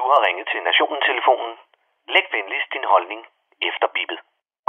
har ringet til Nationen-telefonen. Læg venligst din holdning efter bippet.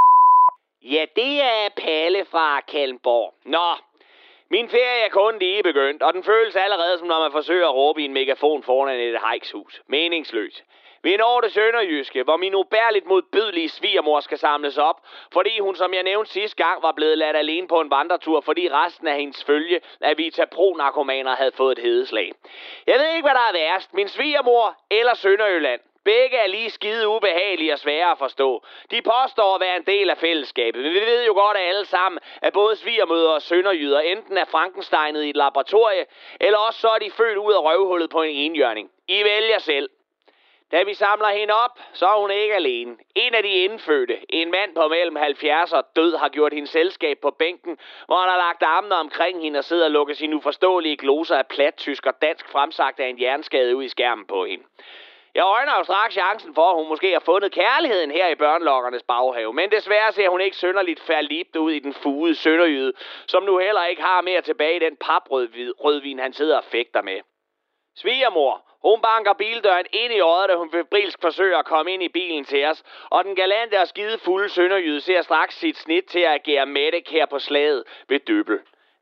Ja, det er Palle fra Kalmborg. Nå, min ferie er kun lige begyndt, og den føles allerede som når man forsøger at råbe i en megafon foran et hejkshus. Meningsløs. Vi når det sønderjyske, hvor min ubærligt modbydelige svigermor skal samles op, fordi hun, som jeg nævnte sidste gang, var blevet ladt alene på en vandretur, fordi resten af hendes følge af Vitapro-narkomaner havde fået et hedeslag. Jeg ved ikke, hvad der er værst, min svigermor eller Sønderjylland. Begge er lige skide ubehagelige og svære at forstå. De påstår at være en del af fællesskabet, men vi ved jo godt at alle sammen, at både svigermødre og sønderjyder enten er Frankensteinet i et laboratorie, eller også så er de født ud af røvhullet på en enhjørning. I vælger selv. Da vi samler hende op, så er hun ikke alene. En af de indfødte, en mand på mellem 70 og død, har gjort hendes selskab på bænken, hvor han har lagt armene omkring hende og sidder og lukker sine uforståelige gloser af plattysk og dansk fremsagt af en hjerneskade ud i skærmen på hende. Jeg øjner jo straks chancen for, at hun måske har fundet kærligheden her i børnelokkernes baghave, men desværre ser hun ikke synderligt færlibt ud i den fugede sønderjyde, som nu heller ikke har mere tilbage i den paprødvin, han sidder og fægter med. Svigermor, hun banker bildøren ind i øjet, da hun febrilsk forsøger at komme ind i bilen til os, og den galante og skide fulde sønderjyde ser straks sit snit til at agere Medek her på slaget ved Døbel.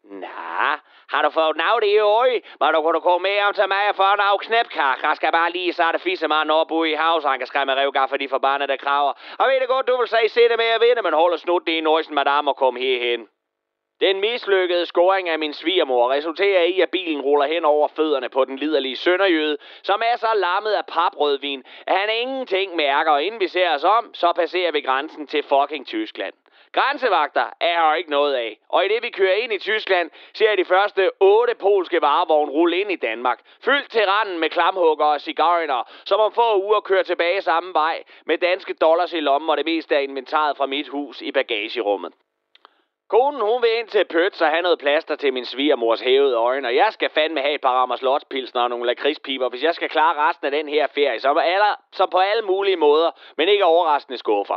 Nå, har du fået navn i øje? Hvor du kunne komme med om til mig for en af knæpkak? Jeg skal bare lige sætte fissemanden op ude i hav, så han kan skræmme revgaf for de forbandede kraver. Og ved det godt, du vil sige, se det med at vinde, men holder snut det i nøjsen, madame, og kom herhen. Den mislykkede scoring af min svigermor resulterer i, at bilen ruller hen over fødderne på den liderlige sønderjyde, som er så lammet af paprødvin, at han ingenting mærker, og inden vi ser os om, så passerer vi grænsen til fucking Tyskland. Grænsevagter er her ikke noget af, og i det vi kører ind i Tyskland, ser jeg de første 8 polske varevogne rulle ind i Danmark, fyldt til randen med klamhugger og cigariner, som om få uger kører tilbage samme vej med danske dollars i lommen og det meste af inventaret fra mit hus i bagagerummet. Konen, hun vil ind til Pøts og have noget plaster til min svigermors hævede øjne, og jeg skal fandme have et par rammer slotspilsner og nogle lakridspiber, hvis jeg skal klare resten af den her ferie, som på alle mulige måder, men ikke overraskende skuffer.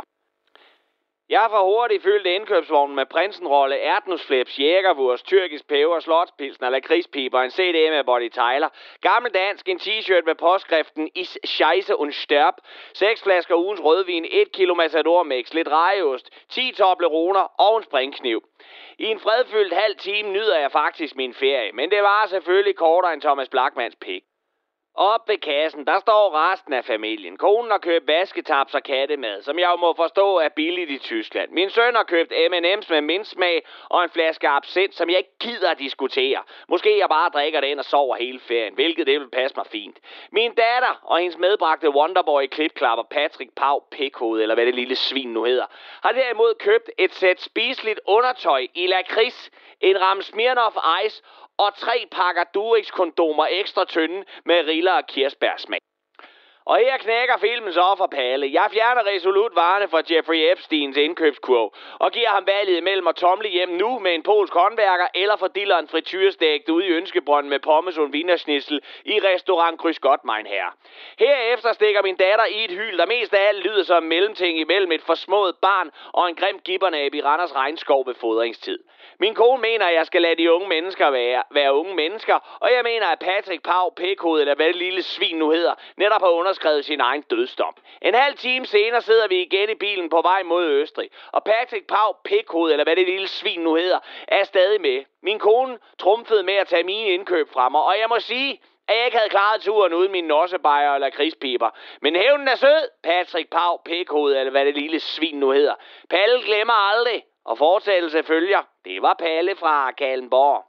Jeg får hurtigt fyldt indkøbsvognen med prinsenrolle, ærtnusflips, jægerwurst, tyrkisk peber, slotspilsner, lakridspiber, en CD med Bonnie Tyler, gammeldansk, en t-shirt med påskriften Is Scheisse und Sterb, 6 flasker ugens rødvin, 1 kilo Matador Mix, lidt rejeost, 10 Tobleroner og en springkniv. I en fredfyldt halv time nyder jeg faktisk min ferie, men det var selvfølgelig kortere end Thomas Blachmans pik. Op ved kassen, der står resten af familien. Konen har købt vasketaps og kattemad, som jeg jo må forstå er billigt i Tyskland. Min søn har købt M&M's med mintsmag og en flaske absint, som jeg ikke gider at diskutere. Måske jeg bare drikker den og sover hele ferien, hvilket det vil passe mig fint. Min datter og hendes medbragte Wonderboy klipklapper Patrick Pau Pikhoved, eller hvad det lille svin nu hedder, har derimod købt et sæt spiseligt undertøj i lakrids, en ramme Smirnoff Ice og 3 pakker Durex-kondomer ekstra tynde med riller og kirsebærsmag. Og her knækker filmen så for Palle. Jeg fjerner resolut varerne fra Jeffrey Epsteins indkøbskurv og giver ham valget mellem at tomle hjem nu med en polsk håndværker eller for dilleren frityrestegt ude i Ønskebrønd med pommes og wienerschnitzel i restaurant Kryds Godt, mein herre. Herefter stikker min datter i et hyl, der mest af alt lyder som mellemting imellem et forsmået barn og en grim gibbernab i Randers regnskov ved fodringstid. Min kone mener, at jeg skal lade de unge mennesker være unge mennesker, og jeg mener, at Patrick Pau Pikhoved, eller hvad det lille svin nu hedder, netop har underskrevet sin egen dødsdom. En halv time senere sidder vi igen i bilen på vej mod Østrig, og Patrick Pau Pikhoved, eller hvad det lille svin nu hedder, er stadig med. Min kone trumfede med at tage mine indkøb fra mig, og jeg må sige, at jeg ikke havde klaret turen uden mine nossebajer eller lakridspiber. Men hævnen er sød, Patrick Pau Pikhoved, eller hvad det lille svin nu hedder. Palle glemmer aldrig. Og fortsættelse følger. Det var Palle fra Kalmborg.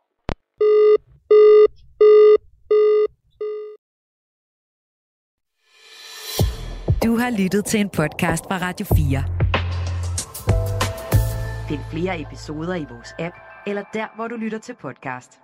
Du har lyttet til en podcast fra Radio 4. Find flere episoder i vores app, eller der, hvor du lytter til podcast.